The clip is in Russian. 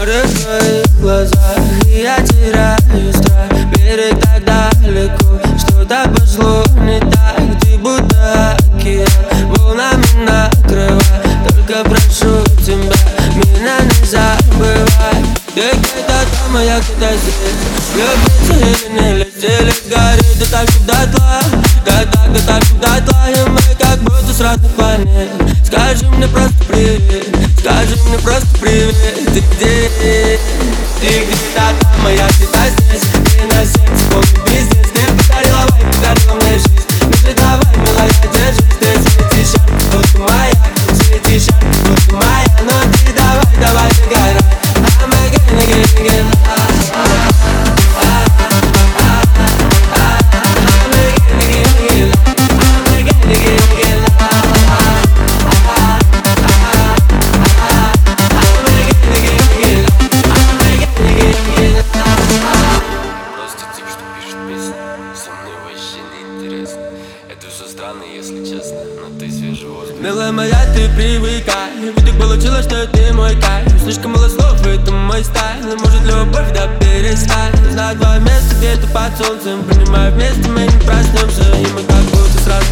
Море в твоих глазах, и я теряю страх. Берег так далеко, что-то пошло не так. Ты будто океан, волнами накрывай. Только прошу тебя, меня не забывай. Ты где-то там, а я где-то здесь. Влюбиться или не лететь, горит, да так, чтоб дотла. Да так, чтоб дотла. И мы как будто с разных планет. Скажи мне просто привет, скажи мне просто привет. Ты где? Ты где-то там, а я где-то здесь. Ты на сердце полный пиздец. Ты подарила вайб, подарила мне жизнь. Ну же давай, милая, держись. Ты светишь ярко, будто маяк. Светишь ярко, будто маяк. Ну ты давай, догорай. I'm again. Это все странно, если честно, но ты свежий воздух. Милая моя, ты привыкай. Ведь получилось, что ты мой кайф. Слишком мало слов, это мой стайл. И может любовь, да перестань. Знаю твое место где-то под солнцем. Принимай вместе, мы не проснемся. И мы как будто сразу